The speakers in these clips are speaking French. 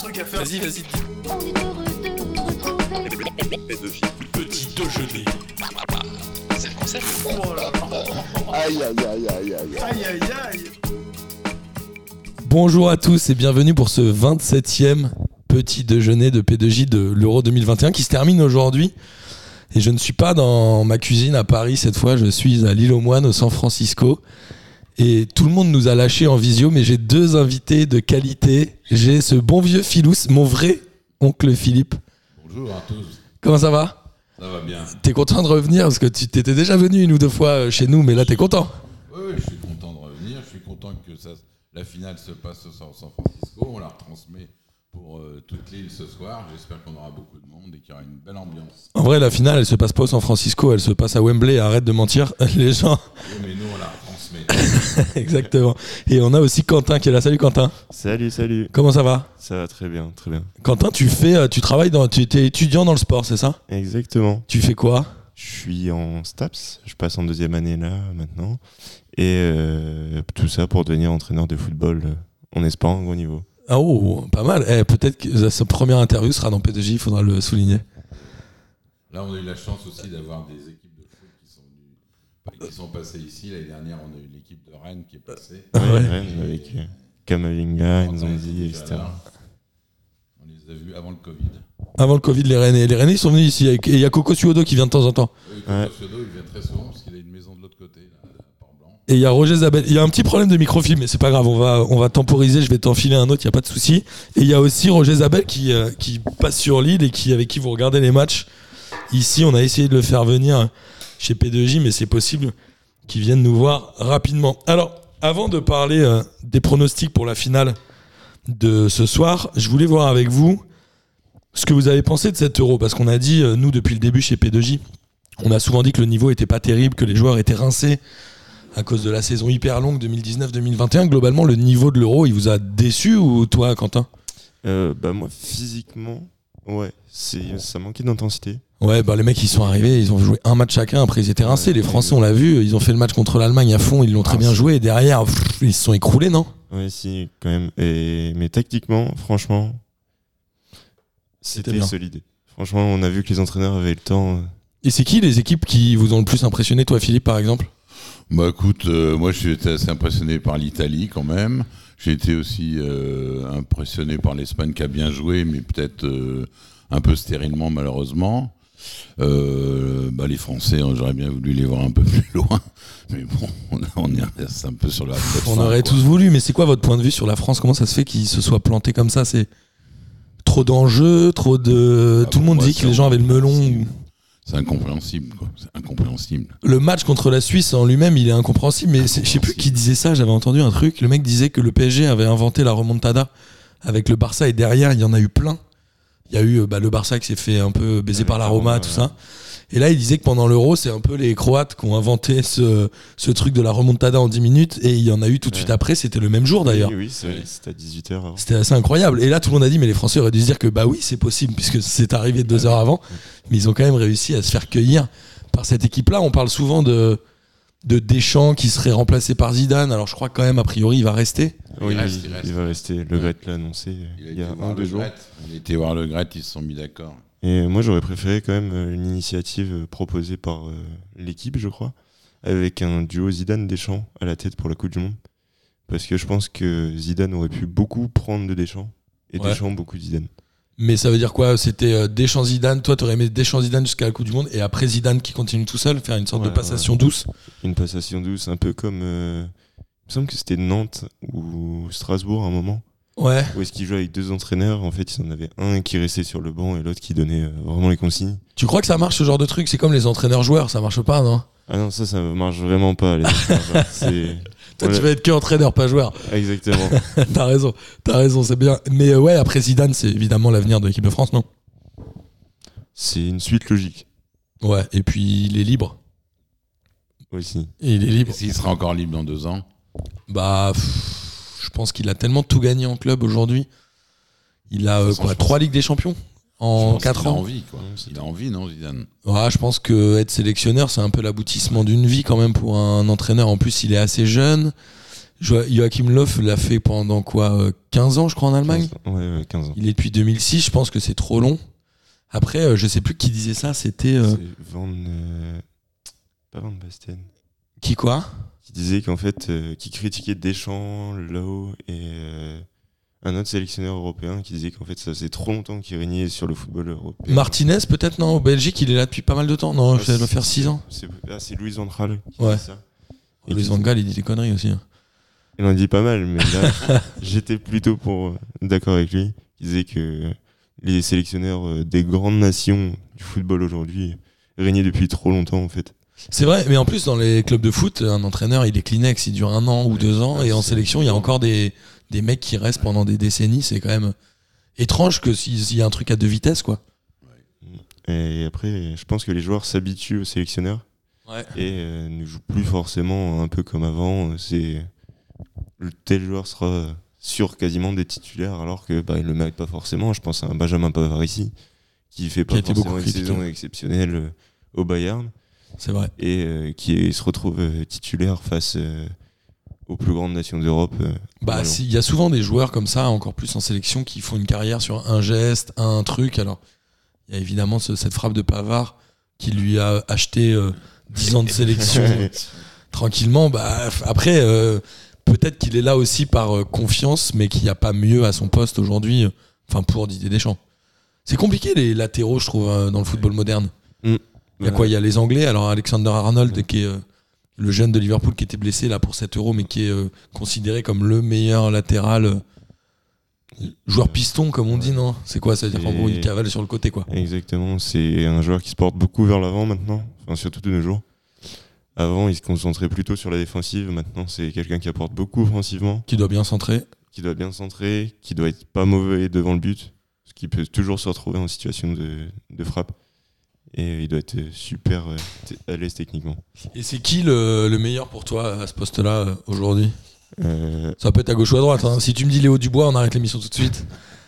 truc à faire. Vas-y. On est heureux de vous retrouver. Petit déjeuner. C'est le concept. Oh là là. Aïe. Bonjour à tous et bienvenue pour ce 27e petit déjeuner de P2J de l'Euro 2021 qui se termine aujourd'hui. Et je ne suis pas dans ma cuisine à Paris cette fois, je suis à l'Île aux Moines, au San Francisco. Et tout le monde nous a lâchés en visio, mais j'ai deux invités de qualité. J'ai ce bon vieux Philous, mon vrai oncle Philippe. Bonjour à tous, Comment ça va ? ça va bien. T'es content de revenir parce que tu t'étais déjà venu une ou deux fois chez nous, mais là t'es content. Oui, je suis content de revenir, je suis content que la finale se passe ce soir au San Francisco, on la retransmet pour toute l'île ce soir, j'espère qu'on aura beaucoup de monde et qu'il y aura une belle ambiance. En vrai, la finale, elle se passe pas au San Francisco, elle se passe à Wembley. Arrête de mentir, les gens. Oui, mais nous on la retransmet. Exactement. Et on a aussi Quentin qui est là. Salut Quentin. Salut. Comment ça va ? Ça va très bien. Quentin, tu es étudiant dans le sport, c'est ça ? Exactement. Tu fais quoi ? Je suis en STAPS, je passe en deuxième année là maintenant. Et tout ça pour devenir entraîneur de football en espérant un gros niveau. Ah oh, pas mal. Peut-être que sa première interview sera dans P2J, il faudra le souligner. Là on a eu la chance aussi d'avoir des équipes de foot qui sont passées ici. L'année dernière on a eu l'équipe de Rennes qui est passée. Rennes avec Kamavinga, Nzonzi, etc. On les a vus avant le Covid. Avant le Covid, les Rennais ils sont venus ici. Et il y a Coco Suodo qui vient de temps en temps. Oui, Coco il vient très souvent parce qu'il a une maison de l'autre côté, là, à Port-Blanc. Et il y a Roger Zabel. Il y a un petit problème de microfilm, mais c'est pas grave, on va temporiser, je vais t'enfiler un autre, il n'y a pas de souci. Et il y a aussi Roger Zabel qui passe sur l'île et avec qui vous regardez les matchs. Ici, on a essayé de le faire venir chez P2J, mais c'est possible qu'il vienne nous voir rapidement. Alors, avant de parler des pronostics pour la finale de ce soir, je voulais voir avec vous ce que vous avez pensé de cet Euro, parce qu'on a dit, nous, depuis le début chez P2J, on a souvent dit que le niveau était pas terrible, que les joueurs étaient rincés à cause de la saison hyper longue 2019-2021. Globalement, le niveau de l'Euro, il vous a déçu ou toi, Quentin ? Moi, physiquement, ouais, ça manquait d'intensité. Ouais, les mecs, ils sont arrivés, ils ont joué un match chacun, après ils étaient rincés. Les Français, on l'a vu, ils ont fait le match contre l'Allemagne à fond, ils l'ont très bien joué, et derrière, ils se sont écroulés, non ? Ouais, si, quand même. Mais tactiquement, franchement, c'était bien. solide. Franchement, on a vu que les entraîneurs avaient le temps. Et c'est qui les équipes qui vous ont le plus impressionné, toi, Philippe, par exemple ? Bah écoute, moi je suis assez impressionné par l'Italie quand même. J'ai été aussi impressionné par l'Espagne qui a bien joué, mais peut-être un peu stérilement malheureusement. Les Français, j'aurais bien voulu les voir un peu plus loin, mais bon, on est un peu sur la tête. On aurait tous voulu, mais c'est quoi votre point de vue sur la France ? Comment ça se fait qu'ils se soient plantés comme ça ? C'est trop d'enjeux, trop de... Tout le monde dit que les gens avaient le melon. C'est incompréhensible, quoi. C'est incompréhensible. Le match contre la Suisse en lui-même, il est incompréhensible, mais je sais plus qui disait ça, j'avais entendu un truc. Le mec disait que le PSG avait inventé la remontada avec le Barça et derrière, il y en a eu plein. Il y a eu le Barça qui s'est fait un peu baiser par la Roma, tout ça. Et là, il disait que pendant l'Euro, c'est un peu les Croates qui ont inventé ce truc de la remontada en 10 minutes et il y en a eu tout de suite après, c'était le même jour d'ailleurs. Oui, c'était à 18h. C'était assez incroyable. Et là, tout le monde a dit, mais les Français auraient dû se dire que oui, c'est possible puisque c'est arrivé 2 heures avant. Mais ils ont quand même réussi à se faire cueillir par cette équipe-là. On parle souvent de Deschamps qui serait remplacé par Zidane. Alors je crois que quand même, a priori, il va rester. Oui, il va rester. Le Gret l'a annoncé il y a 1-2 jours. Il a été voir le Gret, ils se sont mis d'accord. Et moi, j'aurais préféré quand même une initiative proposée par l'équipe, je crois, avec un duo Zidane-Deschamps à la tête pour la Coupe du Monde. Parce que je pense que Zidane aurait pu beaucoup prendre de Deschamps et Deschamps beaucoup de Zidane. Mais ça veut dire quoi ? C'était Deschamps-Zidane. Toi, t'aurais aimé Deschamps-Zidane jusqu'à la Coupe du Monde et après Zidane qui continue tout seul, faire une sorte de passation douce. Une passation douce, un peu comme... il me semble que c'était Nantes ou Strasbourg à un moment. Ouais. Où est-ce qu'ils jouaient avec 2 entraîneurs ? En fait, il y en avait un qui restait sur le banc et l'autre qui donnait vraiment les consignes. Tu crois que ça marche ce genre de truc ? C'est comme les entraîneurs-joueurs, ça marche pas, non ? Ah non, ça marche vraiment pas. Les entraîneurs, c'est... Toi, tu vas être que entraîneur, pas joueur. Exactement. T'as raison, c'est bien. Mais après Zidane, c'est évidemment l'avenir de l'équipe de France, non ? C'est une suite logique. Ouais, et puis il est libre. Aussi. Et il est libre. Et s'il sera encore libre dans 2 ans ? Je pense qu'il a tellement tout gagné en club aujourd'hui. Il a 3 Ligues des Champions en 4 ans. Il a envie, quoi. Il a envie, non, Zidane ? Ouais, je pense que être sélectionneur, c'est un peu l'aboutissement d'une vie quand même pour un entraîneur. En plus, il est assez jeune. Joachim Löw l'a fait pendant quoi 15 ans, je crois, en Allemagne. 15 ans. Il est depuis 2006, je pense que c'est trop long. Après, je sais plus qui disait ça, c'était... C'est pas Van Basten. Qui quoi? Qui disait qu'en fait, qui critiquait Deschamps, Lowe et un autre sélectionneur européen qui disait qu'en fait ça faisait trop longtemps qu'il régnait sur le football européen. Martinez, peut-être, non? Au Belgique, il est là depuis pas mal de temps. Non, ça doit faire 6 ans. C'est Louis van Gaal qui Ouais. dit ça. Et Louis qui- van Gaal, il dit des conneries aussi. Hein. Il en dit pas mal, mais là, j'étais plutôt d'accord avec lui. Il disait que les sélectionneurs des grandes nations du football aujourd'hui régnaient depuis trop longtemps en fait. C'est vrai, mais en plus, dans les clubs de foot, un entraîneur, il est Kleenex, il dure 1 an ou 2 ans, et en sélection, il y a encore des mecs qui restent pendant des décennies. C'est quand même étrange que s'il y a un truc à 2 vitesses, quoi. Et après, je pense que les joueurs s'habituent aux sélectionneurs Ouais. et ne jouent plus forcément un peu comme avant. C'est le tel joueur sera sûr quasiment des titulaires alors que il le mérite pas forcément. Je pense à un Benjamin Pavard ici qui fait Qui a pas été forcément beaucoup une critiqué. saison exceptionnelle au Bayern C'est vrai. et qui se retrouve titulaire face aux plus grandes nations d'Europe. Bah, il y a souvent des joueurs comme ça, encore plus en sélection, qui font une carrière sur un geste, un truc. Alors, il y a évidemment cette frappe de Pavard qui lui a acheté 10 ans de sélection tranquillement. Bah, après, peut-être qu'il est là aussi par confiance, mais qu'il n'y a pas mieux à son poste aujourd'hui, pour Didier Deschamps. C'est compliqué les latéraux, je trouve, dans le football moderne. Il y a quoi? Il y a les Anglais, alors Alexander Arnold, qui est le jeune de Liverpool qui était blessé là pour 7 €, mais qui est considéré comme le meilleur latéral, joueur piston, comme on dit, non? C'est quoi? Ça veut dire qu'en gros, il cavale sur le côté, quoi. Exactement, c'est un joueur qui se porte beaucoup vers l'avant maintenant, surtout de nos jours. Avant, il se concentrait plutôt sur la défensive, maintenant c'est quelqu'un qui apporte beaucoup offensivement, Qui doit bien centrer. qui doit bien centrer, qui doit être pas mauvais devant le but, parce qu'il peut toujours se retrouver en situation de frappe. Et il doit être super à l'aise techniquement. Et c'est qui le meilleur pour toi à ce poste-là aujourd'hui? Euh, Ça peut être à gauche ou à droite. Hein. Si tu me dis Léo Dubois, on arrête l'émission tout de suite.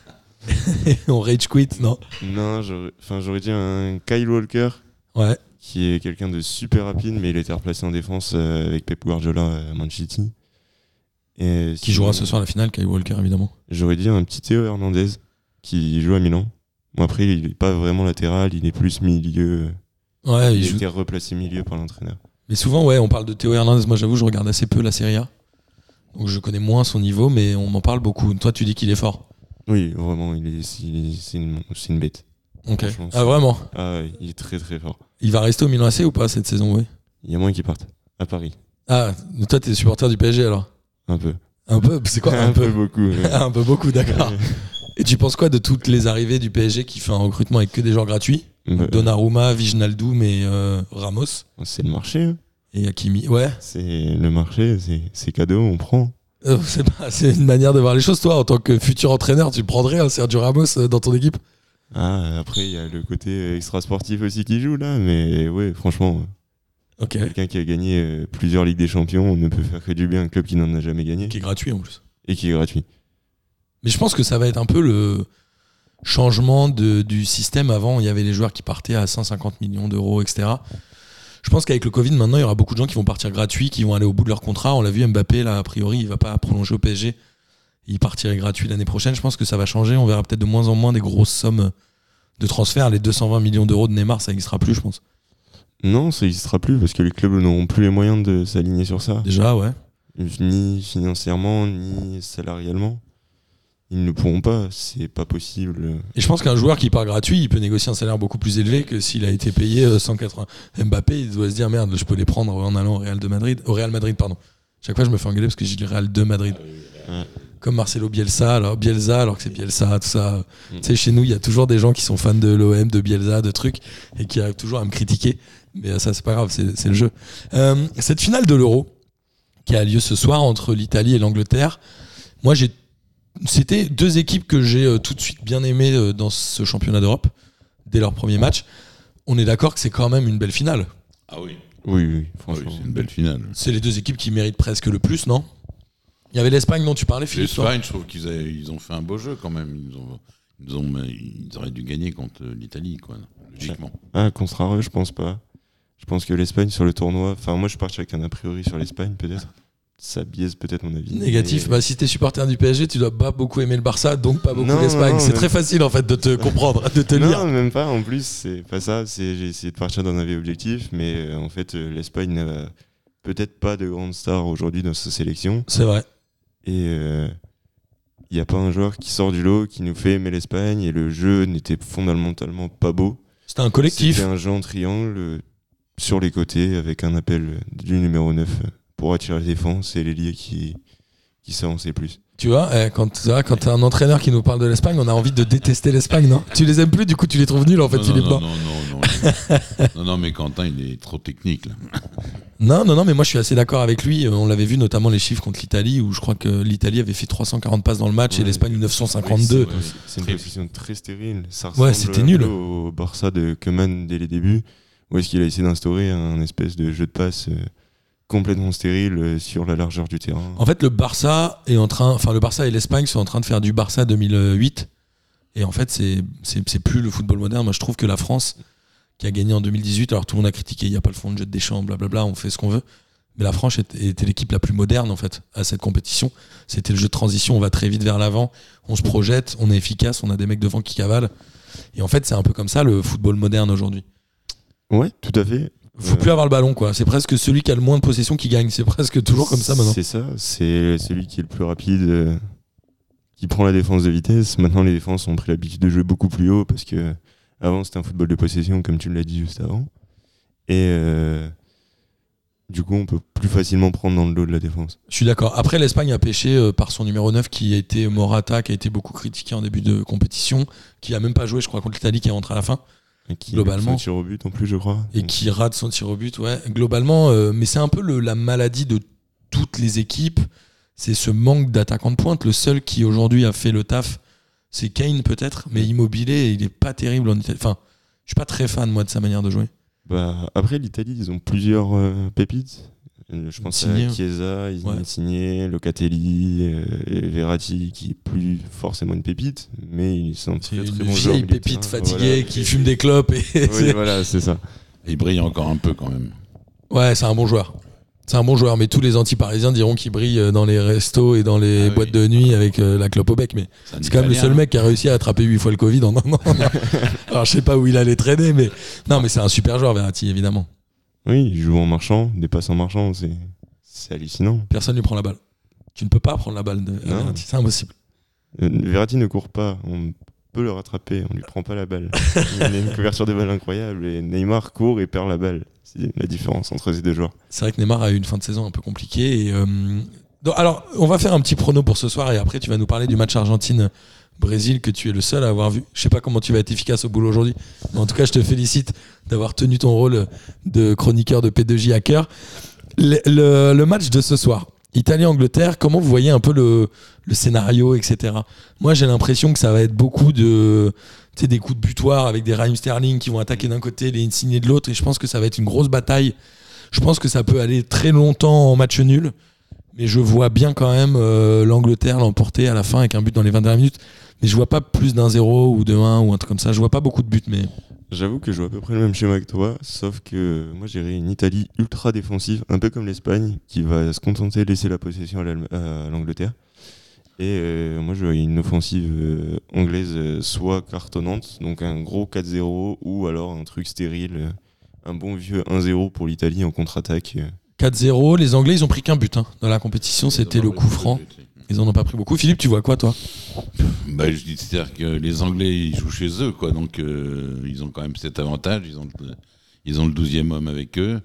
On rage quit, non? non, j'aurais dit un Kyle Walker, Ouais. qui est quelqu'un de super rapide, mais il a été replacé en défense avec Pep Guardiola à Man City. Et Qui jouera ce soir la finale, Kyle Walker, évidemment. J'aurais dit un petit Théo Hernandez qui joue à Milan. Bon, après, il n'est pas vraiment latéral, il est plus milieu. Ouais, Il il a joue. été replacé milieu par l'entraîneur. Mais souvent, ouais, on parle de Théo Hernandez. Moi, j'avoue, je regarde assez peu la Serie A. Donc, je connais moins son niveau, mais on m'en parle beaucoup. Toi, tu dis qu'il est fort. Oui, vraiment, c'est une bête. Ok. Franchement, Ah, vraiment? Ah, ouais, il est très très fort. Il va rester au Milan AC ou pas cette saison, ouais? Il y a moins qui partent à Paris. Ah, toi, t'es supporter du PSG alors? Un peu. Un peu? C'est quoi un peu? beaucoup. ouais. Un peu beaucoup, d'accord. Et tu penses quoi de toutes les arrivées du PSG qui fait un recrutement avec que des joueurs gratuits? Donnarumma, Wijnaldum et Ramos C'est le marché. Hein. et Hakimi. Ouais. C'est le marché, c'est cadeau, on prend. C'est une manière de voir les choses. Toi, en tant que futur entraîneur, tu prendrais un Sergio Ramos dans ton équipe? Ah, après, il y a le côté extra sportif aussi qui joue là, mais ouais, franchement, Ok. quelqu'un qui a gagné plusieurs Ligues des Champions ne peut faire que du bien à un club qui n'en a jamais gagné Qui est gratuit en plus. et qui est gratuit. Mais je pense que ça va être un peu le changement du système. Avant, il y avait les joueurs qui partaient à 150 millions d'euros, etc. Je pense qu'avec le Covid, maintenant, il y aura beaucoup de gens qui vont partir gratuits, qui vont aller au bout de leur contrat. On l'a vu, Mbappé, là, a priori, il va pas prolonger au PSG. Il partirait gratuit l'année prochaine. Je pense que ça va changer. On verra peut-être de moins en moins des grosses sommes de transfert. Les 220 millions d'euros de Neymar, ça n'existera plus, je pense. Non, ça n'existera plus parce que les clubs n'auront plus les moyens de s'aligner sur ça, Déjà, ouais. ni financièrement, ni salarialement. Ils ne pourront pas, c'est pas possible. Et je pense qu'un joueur qui part gratuit, il peut négocier un salaire beaucoup plus élevé que s'il a été payé 180. Mbappé, il doit se dire merde, je peux les prendre en allant au Real Madrid, pardon. Chaque fois, je me fais engueuler parce que j'ai le Real de Madrid. Ouais. Comme Marcelo Bielsa, alors que c'est Bielsa, tout ça. Tu sais, chez nous, il y a toujours des gens qui sont fans de l'OM, de Bielsa, de trucs, et qui arrivent toujours à me critiquer. Mais ça, c'est pas grave, c'est le jeu. Cette finale de l'Euro, qui a lieu ce soir entre l'Italie et l'Angleterre, moi, c'était 2 équipes que j'ai tout de suite bien aimées dans ce championnat d'Europe, dès leur premier match. On est d'accord que c'est quand même une belle finale. Ah oui. Oui, Ah franchement. oui, c'est une belle finale. C'est les 2 équipes qui méritent presque le plus, non? Il y avait l'Espagne dont tu parlais, Philippe. toi L'Espagne, je trouve ils ont fait un beau jeu quand même. Ils auraient dû gagner contre l'Italie, quoi, logiquement. Ah, contrario, je pense pas. Je pense que l'Espagne sur le tournoi. Enfin, moi, je pars avec un a priori sur l'Espagne, peut-être. ça biaise peut-être mon avis. Négatif. Mais- Bah, si t'es supporter du PSG, tu dois pas beaucoup aimer le Barça, donc pas beaucoup Non, l'Espagne. non, C'est mais- très facile en fait de te comprendre, de te lire. Non, même pas. En plus, c'est pas ça. J'ai essayé de partir d'un avis objectif, mais en fait, l'Espagne n'a peut-être pas de grandes stars aujourd'hui dans sa sélection. C'est vrai. Et il n'y a pas un joueur qui sort du lot qui nous fait aimer l'Espagne. Et le jeu n'était fondamentalement pas beau. C'était un collectif. C'était un jeu en triangle sur les côtés avec un appel du numéro 9 pour attirer la défense et l'ailier qui s'avançait plus. Tu vois, quand t'as un entraîneur qui nous parle de l'Espagne, on a envie de détester l'Espagne, non? Tu les aimes plus, du coup tu les trouves nuls en fait, Philippe. Non, mais Quentin, il est trop technique là. Non, mais moi je suis assez d'accord avec lui. On l'avait vu notamment les chiffres contre l'Italie, où je crois que l'Italie avait fait 340 passes dans le match et Ouais. l'Espagne 952. C'est une position très stérile. Ça Ouais, ressemble c'était un nul. peu au Barça de Koeman dès les débuts, où est-ce qu'il a essayé d'instaurer un espèce de jeu de passe complètement stérile sur la largeur du terrain. En fait, le Barça et l'Espagne sont en train de faire du Barça 2008. Et en fait, c'est plus le football moderne. Moi, je trouve que la France, qui a gagné en 2018, alors tout le monde a critiqué, il n'y a pas le fond de jeu de Deschamps, blablabla, on fait ce qu'on veut. Mais la France était l'équipe la plus moderne, en fait, à cette compétition. C'était le jeu de transition, on va très vite vers l'avant, on se projette, on est efficace, on a des mecs devant qui cavalent. Et en fait, c'est un peu comme ça le football moderne aujourd'hui. Ouais, tout à fait. Faut plus avoir le ballon, quoi. C'est presque celui qui a le moins de possession qui gagne. C'est presque toujours comme ça maintenant. C'est ça, c'est celui qui est le plus rapide, qui prend la défense de vitesse. Maintenant, les défenses ont pris l'habitude de jouer beaucoup plus haut parce que avant c'était un football de possession, comme tu l'as dit juste avant. Et du coup, on peut plus facilement prendre dans le dos de la défense. Je suis d'accord. Après, l'Espagne a pêché par son numéro 9 qui a été Morata, qui a été beaucoup critiqué en début de compétition, qui a même pas joué, je crois, contre l'Italie, qui est rentré à la fin. Et qui Globalement. son tir au but en plus, je crois. Et qui rate son tir au but, ouais. Globalement, mais c'est un peu la maladie de toutes les équipes. C'est ce manque d'attaquant de pointe. Le seul qui aujourd'hui a fait le taf, c'est Kane peut-être, mais Immobilier, il est pas terrible en Italie. Enfin, je suis pas très fan moi de sa manière de jouer. Bah, après, l'Italie, ils ont plusieurs pépites. Je pense Signé. à Chiesa, ils Ouais. ont signé Locatelli, et Verratti, qui est plus forcément une pépite, mais ils sont C'est très très une bons joueurs. vieille au milieu de pépite terrain. fatiguée Voilà. qui fume des clopes. Oui, voilà, c'est ça. Il brille encore un peu quand même. Ouais, c'est un bon joueur. C'est un bon joueur, mais tous les anti-parisiens diront qu'il brille dans les restos et dans les Ah oui. boîtes de nuit avec la clope au bec. Mais C'est un c'est quand même le Italien, seul mec qui a réussi à attraper 8 fois le Covid en un an. Alors je sais pas où il allait traîner, mais non, mais c'est un super joueur, Verratti, évidemment. Oui, il joue en marchant, des passes en marchant, c'est hallucinant. Personne lui prend la balle. Tu ne peux pas prendre la balle de Non. Verratti, c'est impossible. Verratti ne court pas, on peut le rattraper, on lui prend pas la balle. Il a une couverture de balle incroyable et Neymar court et perd la balle. C'est la différence entre ces deux joueurs. C'est vrai que Neymar a eu une fin de saison un peu compliquée. Alors, on va faire un petit prono pour ce soir et après tu vas nous parler du match Argentine-Brésil que tu es le seul à avoir vu. Je sais pas comment tu vas être efficace au boulot aujourd'hui, mais en tout cas, je te félicite d'avoir tenu ton rôle de chroniqueur de P2J à cœur. Le match de ce soir, Italie-Angleterre, comment vous voyez un peu le scénario, etc. Moi, j'ai l'impression que ça va être beaucoup de... Tu sais, des coups de butoir avec des Raheem Sterling qui vont attaquer d'un côté, les Insigne de l'autre, et je pense que ça va être une grosse bataille. Je pense que ça peut aller très longtemps en match nul, mais je vois bien quand même l'Angleterre l'emporter à la fin avec un but dans les 20 dernières minutes. Mais je vois pas plus d'un 0 ou de 1 ou un truc comme ça. Je vois pas beaucoup de buts, mais J'avoue que je vois à peu près le même schéma que toi, sauf que moi j'irais une Italie ultra défensive, un peu comme l'Espagne, qui va se contenter de laisser la possession à l'Angleterre. Et moi je vois une offensive anglaise soit cartonnante, donc un gros 4-0, ou alors un truc stérile, un bon vieux 1-0 pour l'Italie en contre-attaque. 4-0. Les Anglais, ils ont pris qu'un but dans la compétition. C'était le coup franc. Ils en ont pas pris beaucoup. Philippe, tu vois quoi, toi? Bah, je dis, c'est-à-dire que les Anglais, ils jouent chez eux, quoi. Donc, ils ont quand même cet avantage. Ils ont le 12e homme avec eux.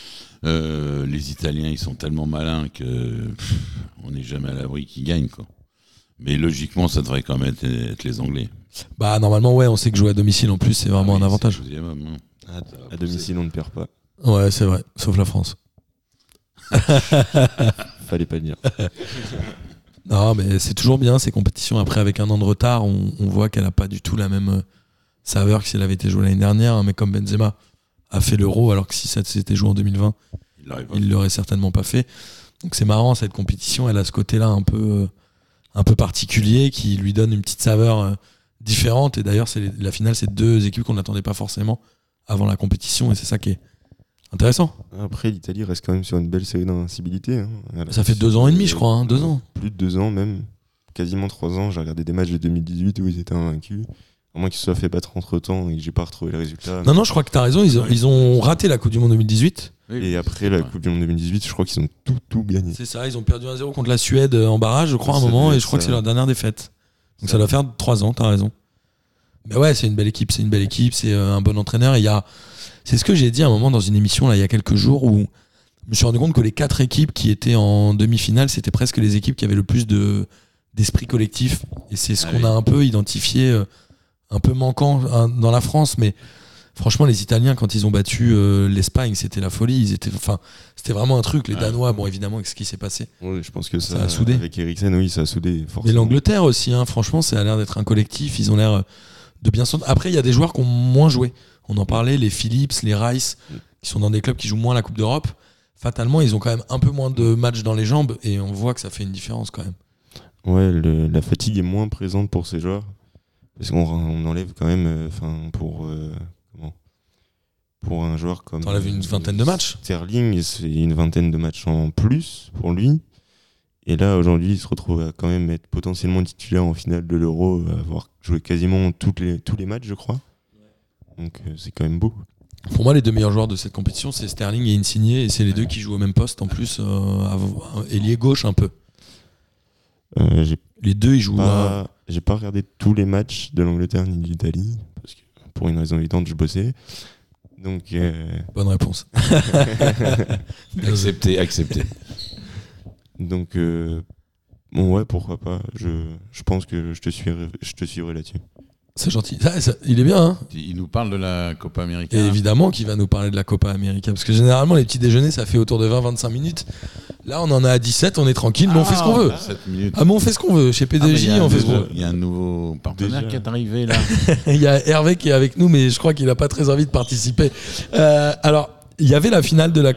Les Italiens, ils sont tellement malins que on n'est jamais à l'abri qu'ils gagnent, quoi. Mais logiquement, ça devrait quand même être les Anglais. Bah, normalement, ouais, on sait que jouer à domicile en plus, c'est vraiment Ah oui, un avantage. c'est le 12e homme, hein. À domicile, on ne perd pas. Ouais, c'est vrai. Sauf la France. Fallait pas le dire. Non, mais c'est toujours bien ces compétitions. Après, avec un an de retard, on voit qu'elle n'a pas du tout la même saveur que si elle avait été jouée l'année dernière. Un mec comme Benzema a fait l'Euro, alors que si ça s'était joué en 2020, il l'aurait certainement pas fait. Donc c'est marrant, cette compétition, elle a ce côté-là un peu particulier qui lui donne une petite saveur différente. Et d'ailleurs, la finale, c'est deux équipes qu'on n'attendait pas forcément avant la compétition. Et c'est ça qui Intéressant. Après, l'Italie reste quand même sur une belle série d'invincibilité. Hein. Ça fait 2 ans et demi, je crois. 2 ans. Plus de 2 ans même. Quasiment 3 ans. J'ai regardé des matchs de 2018 où ils étaient invaincus. À moins qu'ils se soient fait battre entre temps et que j'ai pas retrouvé les résultats. Non, je crois que t'as raison. Ils ont raté la Coupe du Monde 2018. Et après la Coupe du Monde 2018, je crois qu'ils ont tout gagné. C'est ça, ils ont perdu 1-0 contre la Suède en barrage, je crois, à un Ça moment, doit et être je crois que ça. c'est leur dernière défaite. Donc ça doit faire 3 ans, t'as raison. Mais ouais, c'est une belle équipe, c'est un bon entraîneur. Et c'est ce que j'ai dit à un moment dans une émission, là, il y a quelques jours, où je me suis rendu compte que les 4 équipes qui étaient en demi-finale, c'était presque les équipes qui avaient le plus d'esprit collectif. Et c'est ce qu'on a un peu identifié, un peu manquant dans la France, mais franchement, les Italiens, quand ils ont battu l'Espagne, c'était la folie. C'était vraiment un truc. Les Danois, bon, évidemment, avec ce qui s'est passé. Ouais, je pense que Ça a soudé. avec Eriksen, oui, ça a soudé Mais forcément. l'Angleterre aussi, hein, franchement, ça a l'air d'être un collectif. Ils ont l'air de bien s'entendre. Après, il y a des joueurs qui ont moins joué. On en parlait, les Phillips, les Rice, qui sont dans des clubs qui jouent moins la Coupe d'Europe. Fatalement, ils ont quand même un peu moins de matchs dans les jambes et on voit que ça fait une différence quand même. Ouais, la fatigue est moins présente pour ces joueurs. Parce qu'on enlève quand même, pour un joueur comme. T'enlèves une vingtaine de matchs. Sterling, c'est une vingtaine de matchs en plus pour lui. Et là, aujourd'hui, il se retrouve à quand même être potentiellement titulaire en finale de l'Euro, avoir joué quasiment tous les matchs, je crois. Donc c'est quand même beau. Pour moi, les 2 meilleurs joueurs de cette compétition, c'est Sterling et Insigne, et c'est les 2 qui jouent au même poste en plus, ailier gauche un peu. Les 2, ils jouent. J'ai pas regardé tous les matchs de l'Angleterre ni de l'Italie, parce que pour une raison évidente, je bossais. Donc, Bonne réponse. Accepté. donc bon, ouais, pourquoi pas. Je pense que je te suivrai là-dessus. C'est gentil. Il est bien, hein. Il nous parle de la Copa América. Et évidemment qu'il va nous parler de la Copa América. Parce que généralement, les petits déjeuners, ça fait autour de 20-25 minutes. Là, on en a à 17, on est tranquille, mais on fait ce qu'on veut. 7 minutes. Ah, mais on fait ce qu'on veut. Chez PDJ, on fait ce qu'on veut. Il y a un nouveau partenaire Déjà. qui est arrivé là. Il y a Hervé qui est avec nous, mais je crois qu'il n'a pas très envie de participer. Alors, il y avait la finale de la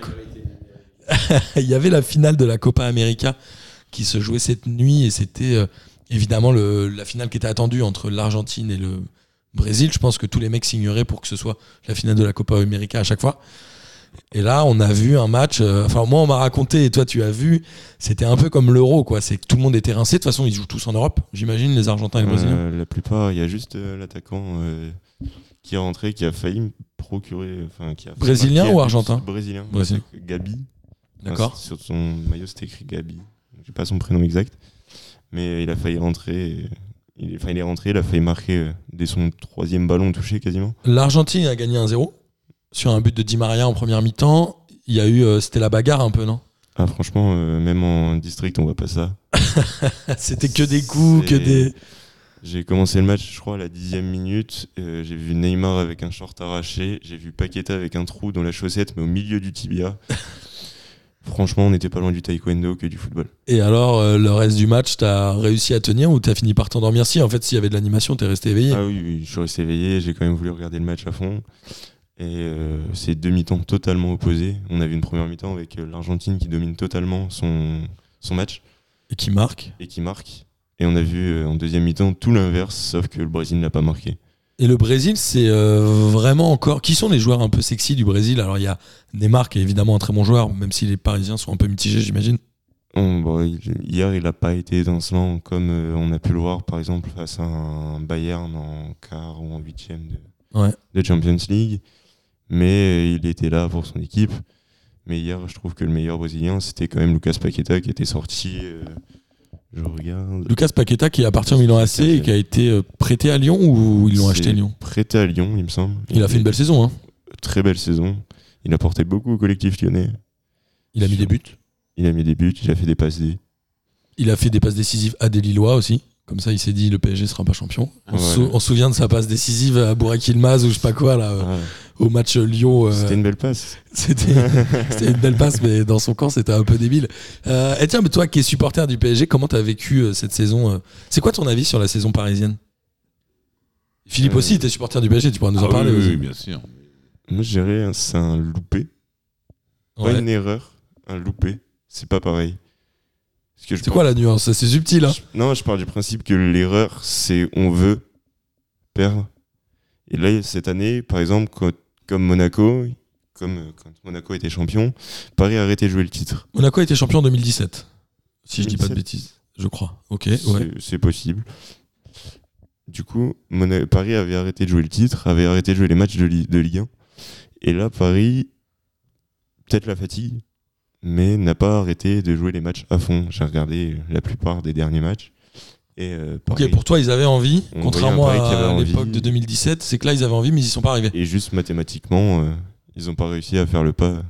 Copa América qui se jouait cette nuit et c'était évidemment la finale qui était attendue entre l'Argentine et le Brésil. Je pense que tous les mecs signeraient pour que ce soit la finale de la Copa América à chaque fois. Et là, on a vu un match. Moi, on m'a raconté, et toi, tu as vu. C'était un peu comme l'Euro, quoi. C'est que tout le monde était rincé. De toute façon, ils jouent tous en Europe, j'imagine, les Argentins et les Brésiliens. La plupart, il y a juste l'attaquant qui est rentré, qui a failli me procurer. Brésilien ou argentin ? Brésilien. Brésilien. Gabi. D'accord. Sur son maillot, c'était écrit Gabi. J'ai pas son prénom exact. Mais il a failli rentrer. Il est rentré, il a failli marquer dès son 3e ballon touché quasiment. L'Argentine a gagné 1-0 sur un but de Di Maria en première mi-temps. Il y a eu, c'était la bagarre un peu, non ? Ah, franchement, même en district, on voit pas ça. C'était que des coups, que des. J'ai commencé le match, je crois, à la 10e minute. J'ai vu Neymar avec un short arraché. J'ai vu Paqueta avec un trou dans la chaussette, mais au milieu du tibia. Franchement, on n'était pas loin du taekwondo que du football. Et alors, le reste du match, t'as réussi à tenir ou t'as fini par t'endormir ? Si, en fait, s'il y avait de l'animation, t'es resté éveillé. Ah oui, je suis resté éveillé. J'ai quand même voulu regarder le match à fond. Et c'est 2 mi-temps totalement opposés. On a vu une première mi-temps avec l'Argentine qui domine totalement son match. Et qui marque. Et qui marque. Et on a vu en deuxième mi-temps tout l'inverse, sauf que le Brésil n'a pas marqué. Et le Brésil, c'est vraiment encore. Qui sont les joueurs un peu sexy du Brésil ? Alors, il y a Neymar qui est évidemment un très bon joueur, même si les Parisiens sont un peu mitigés, j'imagine. Hier, il n'a pas été étincelant comme on a pu le voir, par exemple, face à un Bayern en quart ou en 8e de Champions League. Mais il était là pour son équipe. Mais hier, je trouve que le meilleur Brésilien, c'était quand même Lucas Paqueta qui était sorti. Je regarde. Lucas Paqueta qui appartient au Milan AC et qui a été prêté à Lyon ou ils l'ont acheté à Lyon ? Prêté à Lyon, il me semble. Il a fait une belle saison. Hein. Très belle saison. Il a porté beaucoup au collectif lyonnais. Il a mis des buts, il a fait des passes D. Il a fait des passes décisives à des Lillois aussi. Comme ça, il s'est dit le PSG sera pas champion. On se souvient de sa passe décisive à Burak Yilmaz ou je sais pas quoi là, au match Lyon. C'était une belle passe. C'était une belle passe, mais dans son camp, c'était un peu débile. Et tiens, mais toi qui es supporter du PSG, comment t'as vécu cette saison C'est quoi ton avis sur la saison parisienne ? Philippe aussi, t'es supporter du PSG, tu pourras nous en parler. Oui, bien sûr. Moi, je dirais c'est un loupé. Pas une erreur, un loupé. C'est pas pareil. C'est quoi la nuance ? C'est subtil. Hein. Je pars du principe que l'erreur, c'est on veut perdre. Et là, cette année, par exemple, comme Monaco, comme quand Monaco était champion, Paris a arrêté de jouer le titre. Monaco a été champion en 2017, si je dis pas de 2017. bêtises, je crois. Ok, ouais. C'est possible. Du coup, Paris avait arrêté de jouer le titre, avait arrêté de jouer les matchs de Ligue 1. Et là, Paris, peut-être la fatigue, mais n'a pas arrêté de jouer les matchs à fond. J'ai regardé la plupart des derniers matchs. Et Paris, Ok, pour toi, ils avaient envie, On contrairement voyait un Paris qui à avait l'époque envie. de 2017, c'est que là, ils avaient envie, mais ils y sont pas arrivés. et juste mathématiquement, ils n'ont pas réussi à faire le pas.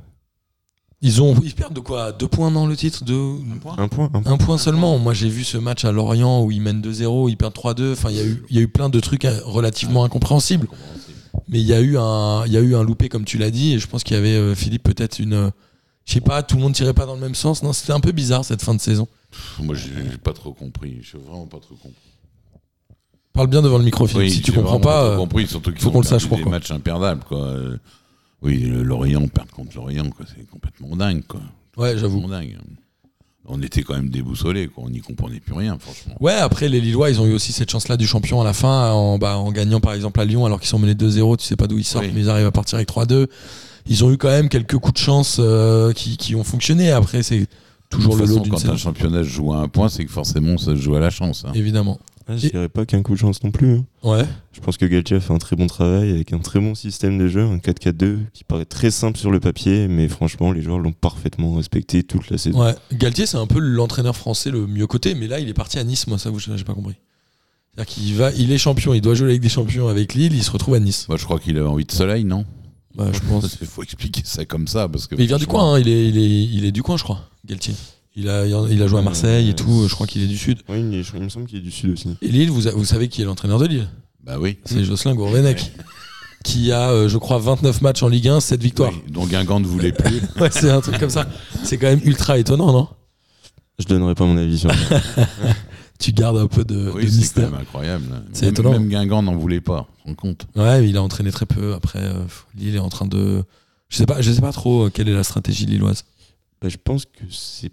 Ils perdent de quoi 2 points dans le titre Un point. Un point seulement. Moi, j'ai vu ce match à Lorient où ils mènent 2-0, ils perdent 3-2. Enfin, il y a eu plein de trucs relativement incompréhensibles. Mais il y a eu un loupé, comme tu l'as dit, et je pense qu'il y avait, Philippe, peut-être une. Je sais pas, tout le monde tirait pas dans le même sens. Non, c'était un peu bizarre cette fin de saison. Moi, j'ai pas trop compris. Je n'ai vraiment pas trop compris. Parle bien devant le micro, Philippe. Oui, Si tu j'ai comprends vraiment pas. trop compris, surtout qu'ils faut ont qu'on le sache perdu pourquoi. des matchs imperdables, quoi. Oui, le Lorient, perdre contre Lorient, quoi, c'est complètement dingue, quoi. Ouais, j'avoue. Complètement dingue. On était quand même déboussolés, quoi. On n'y comprenait plus rien, franchement. Ouais, après, les Lillois, ils ont eu aussi cette chance-là du champion à la fin, en gagnant par exemple à Lyon, alors qu'ils sont menés 2-0. Tu sais pas d'où ils sortent, Oui. mais ils arrivent à partir avec 3-2. Ils ont eu quand même quelques coups de chance qui ont fonctionné. Après, c'est toujours De le toute lot façon, d'une quand saison. un championnat se joue à un point, c'est que forcément, ça se joue à la chance. Hein. Évidemment. Je dirais pas qu'un coup de chance non plus. Hein. Ouais. Je pense que Galtier a fait un très bon travail avec un très bon système de jeu, un 4-4-2 qui paraît très simple sur le papier, mais franchement, les joueurs l'ont parfaitement respecté toute la saison. Ouais. Galtier, c'est un peu l'entraîneur français le mieux coté, mais là, il est parti à Nice. Moi, ça, j'ai pas compris. C'est-à-dire il est champion, il doit jouer avec des champions avec Lille, il se retrouve à Nice. Moi, je crois qu'il avait envie de soleil, non? Bah, je pense. Il faut expliquer ça comme ça. Parce que Mais il vient du franchement, coin, hein. Il est du coin, je crois, Galtier. Il a joué à Marseille et tout, je crois qu'il est du Sud. Oui, il me semble qu'il est du Sud aussi. Et Lille, vous savez qui est l'entraîneur de Lille? Bah oui. C'est Jocelyn Gourvenec, qui a, je crois, 29 matchs en Ligue 1, 7 victoires. Oui, dont Guingamp ne voulait plus. Ouais, c'est un truc comme ça. C'est quand même ultra étonnant, non? Je donnerai pas mon avis sur ça. Tu gardes un peu de Oui, c'est quand mystère. même incroyable. C'est étonnant. Même Guingamp n'en voulait pas, tu te rends compte? Ouais, mais il a entraîné très peu. Après, Lille est en train de. Je sais pas trop quelle est la stratégie lilloise. Bah, je pense que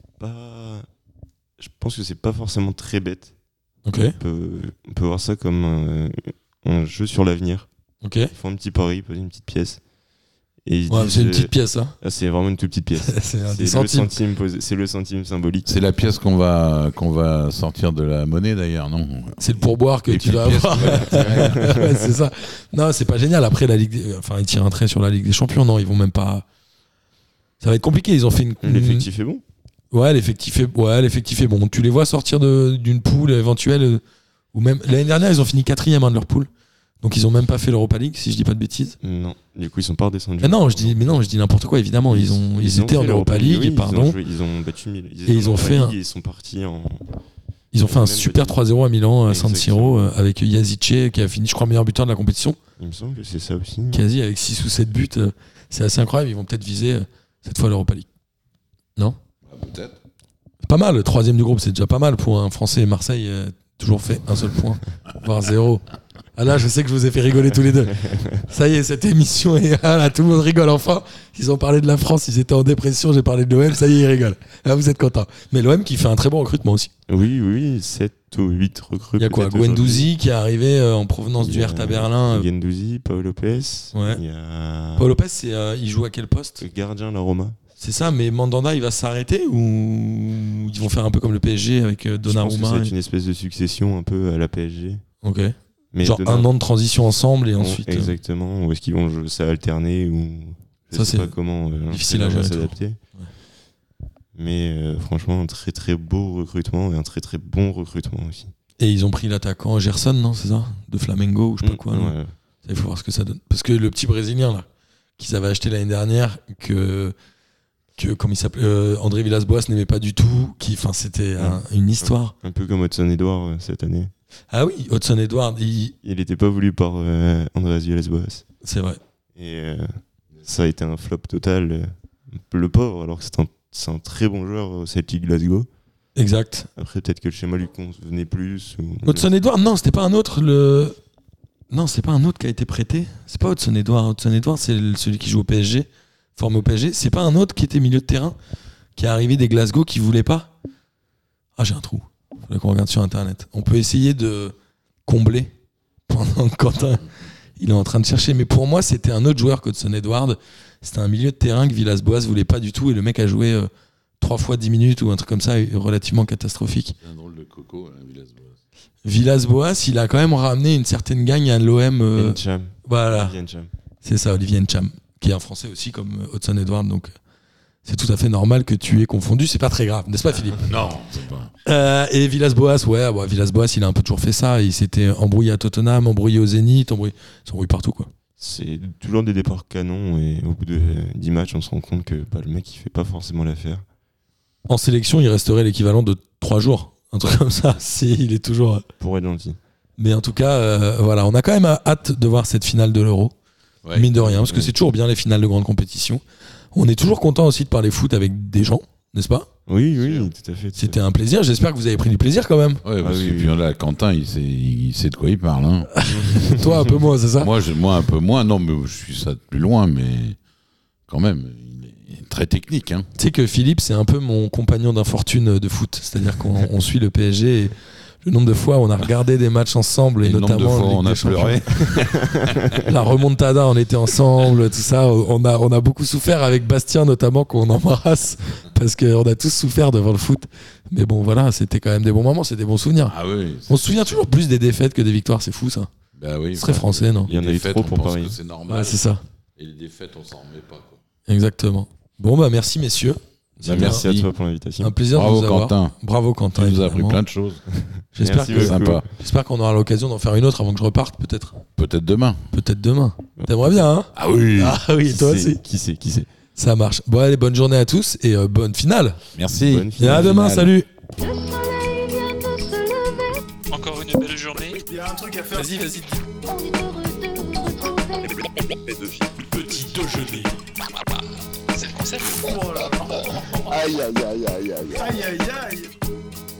c'est pas forcément très bête. Ok. On peut voir ça comme un jeu sur l'avenir. Ok. Ils font un petit pari, ils posent une petite pièce. Et ils Ouais, disent, c'est une petite pièce, hein. c'est vraiment une toute petite pièce. C'est un C'est des le centimes. centime c'est le centime symbolique. C'est la pièce qu'on va sortir de la monnaie d'ailleurs, non? C'est le pourboire que Les tu vas petites avoir. Ouais, c'est ça. Non, c'est pas génial. Après, ils tirent un trait sur la Ligue des Champions. Non, ils vont même pas. Ça va être compliqué. Ils ont fait une. L'effectif est bon. Ouais, l'effectif est bon. Tu les vois sortir d'une poule éventuelle. Ou même l'année dernière, ils ont fini 4e de leur poule. Donc ils ont même pas fait l'Europa League, si je dis pas de bêtises. Non, du coup ils sont pas redescendus. Mais non, je dis n'importe quoi. Évidemment, ils étaient en fait Europa League, oui, pardon. Ils ont battu Milan. Et ils ont fait ils sont partis en. Ils ont fait un même super petit. 3-0 à Milan, à San Exactement. Siro, avec Yazice qui a fini, je crois, meilleur buteur de la compétition. Il me semble que c'est ça aussi. Quasi avec 6 ou 7 buts. C'est assez incroyable. Ils vont peut-être viser cette fois l'Europa League. Non? Peut-être. C'est pas mal. Le 3e du groupe, c'est déjà pas mal pour un Français. Marseille, toujours fait un seul point, voire 0. Ah là, je sais que je vous ai fait rigoler tous les deux. Ça y est, cette émission est là, tout le monde rigole enfin. Ils ont parlé de la France, ils étaient en dépression, j'ai parlé de l'OM, ça y est, ils rigolent. Là, vous êtes contents. Mais l'OM qui fait un très bon recrutement aussi. Oui, 7 ou 8 recrues. Il y a quoi? peut-être aujourd'hui. Guendouzi qui est arrivé en provenance Il du y a Hertha Berlin. Guendouzi, Paul Lopez. Ouais. Il y a Paul Lopez, il joue à quel poste? le gardien de la Roma. C'est ça, mais Mandanda, il va s'arrêter ou ils vont faire un peu comme le PSG avec Je pense que Donnarumma? c'est une espèce de succession un peu à la PSG. Ok. Mais Genre un an de transition ensemble et ensuite. Exactement. Ou est-ce qu'ils vont jouer ça alterner ou je Ça, sais c'est pas comment difficile à l'entraîneur va gérer, s'adapter. Mais franchement, un très très beau recrutement et un très très bon recrutement aussi. Et ils ont pris l'attaquant Gerson, non? C'est ça? De Flamengo ou je sais pas quoi. non Ouais. Il faut voir ce que ça donne. Parce que le petit Brésilien, là, qu'ils avaient acheté l'année dernière, que comme il s'appelait, André Villas-Boas n'aimait pas du tout, c'était une histoire. Un peu comme Hudson Edouard cette année. Ah oui, Hudson Edward, Il n'était pas voulu par Andreas Villas-Boas. c'est vrai. Et ça a été un flop total. Le pauvre, alors que c'est un très bon joueur au Celtic Glasgow. Exact. Après, peut-être que le schéma lui convenait plus. Hudson Edward, non, c'était pas un autre. Non, c'est pas un autre qui a été prêté. C'est pas Hudson Edward. Hudson Edward, c'est celui qui joue au PSG, formé au PSG. C'est pas un autre qui était milieu de terrain, qui est arrivé des Glasgow, qui voulait pas. Ah, j'ai un trou. Faudrait qu'on regarde sur internet. On peut essayer de combler pendant que Quentin il est en train de chercher. Mais pour moi, c'était un autre joueur qu'Hudson Edward. C'était un milieu de terrain que Villas-Boas voulait pas du tout. Et le mec a joué 3 fois 10 minutes ou un truc comme ça, relativement catastrophique. C'est un drôle de coco, hein, Villas-Boas. Villas-Boas, il a quand même ramené une certaine gagne à l'OM. Ncham. Voilà, Olivier Ncham. c'est ça, Olivier Ncham, qui est un Français aussi comme Hudson Edward. Donc c'est tout à fait normal que tu aies confondu. C'est pas très grave, n'est-ce pas, Philippe? Non, c'est pas. Et Villas-Boas, Villas-Boas, il a un peu toujours fait ça. Il s'était embrouillé à Tottenham, embrouillé au Zénith, il s'embrouille partout, quoi. C'est toujours des départs canons et au bout de 10 matchs, on se rend compte que le mec, il fait pas forcément l'affaire. En sélection, il resterait l'équivalent de 3 jours. Un truc comme ça, il est toujours. Pour être gentil. Mais en tout cas, voilà, on a quand même hâte de voir cette finale de l'Euro. Ouais. Mine de rien, parce que c'est toujours bien les finales de grande compétition. On est toujours content aussi de parler foot avec des gens, n'est-ce pas? Oui, Sûr. tout à fait. C'était un plaisir. J'espère que vous avez pris du plaisir quand même. Ouais, parce oui, que oui. puis là, Quentin, il sait de quoi il parle. Hein. Toi, un peu moins, c'est ça? Moi, un peu moins. Non, mais je suis ça de plus loin, mais quand même, il est très technique. Hein. Tu sais que Philippe, c'est un peu mon compagnon d'infortune de foot. C'est-à-dire qu'on suit le PSG et le nombre de fois où on a regardé des matchs ensemble et Et le nombre de notamment fois Ligue on des a Champions. pleuré. La remontada, on était ensemble, tout ça. On a beaucoup souffert avec Bastien notamment, qu'on embrasse, parce qu'on a tous souffert devant le foot. Mais bon, voilà, c'était quand même des bons moments, c'était des bons souvenirs. Ah oui. On se souvient toujours plus des défaites que des victoires, c'est fou ça. Bah oui. C'est très français, non? Il y en a eu défaites, trop on pour pense Paris. que c'est normal. Ouais, c'est ça. Et les défaites, on s'en remet pas. Quoi. Exactement. Bon, bah merci messieurs. Bah, Merci à merci. toi pour l'invitation. Un plaisir de Bravo vous avoir. Quentin. Bravo Tu Quentin. nous as appris évidemment. plein de choses. J'espère Merci que- beaucoup. Sympa. J'espère qu'on aura l'occasion d'en faire une autre avant que je reparte, peut-être. Peut-être demain. Peut-être demain. T'aimerais bien, hein? Ah oui. Ah oui, toi aussi. Qui sait Ça marche. Bon, allez, bonne journée à tous et bonne finale. Merci. Bonne Et à demain, salut. Le soleil vient de se lever. Encore une belle journée. Il y a un truc à faire. Vas-y. On est heureux de vous retrouver. Petit déjeuner. C'est le concept. Oh là là. Aïe, aïe, aïe, aïe, aïe. Aïe aïe aïe.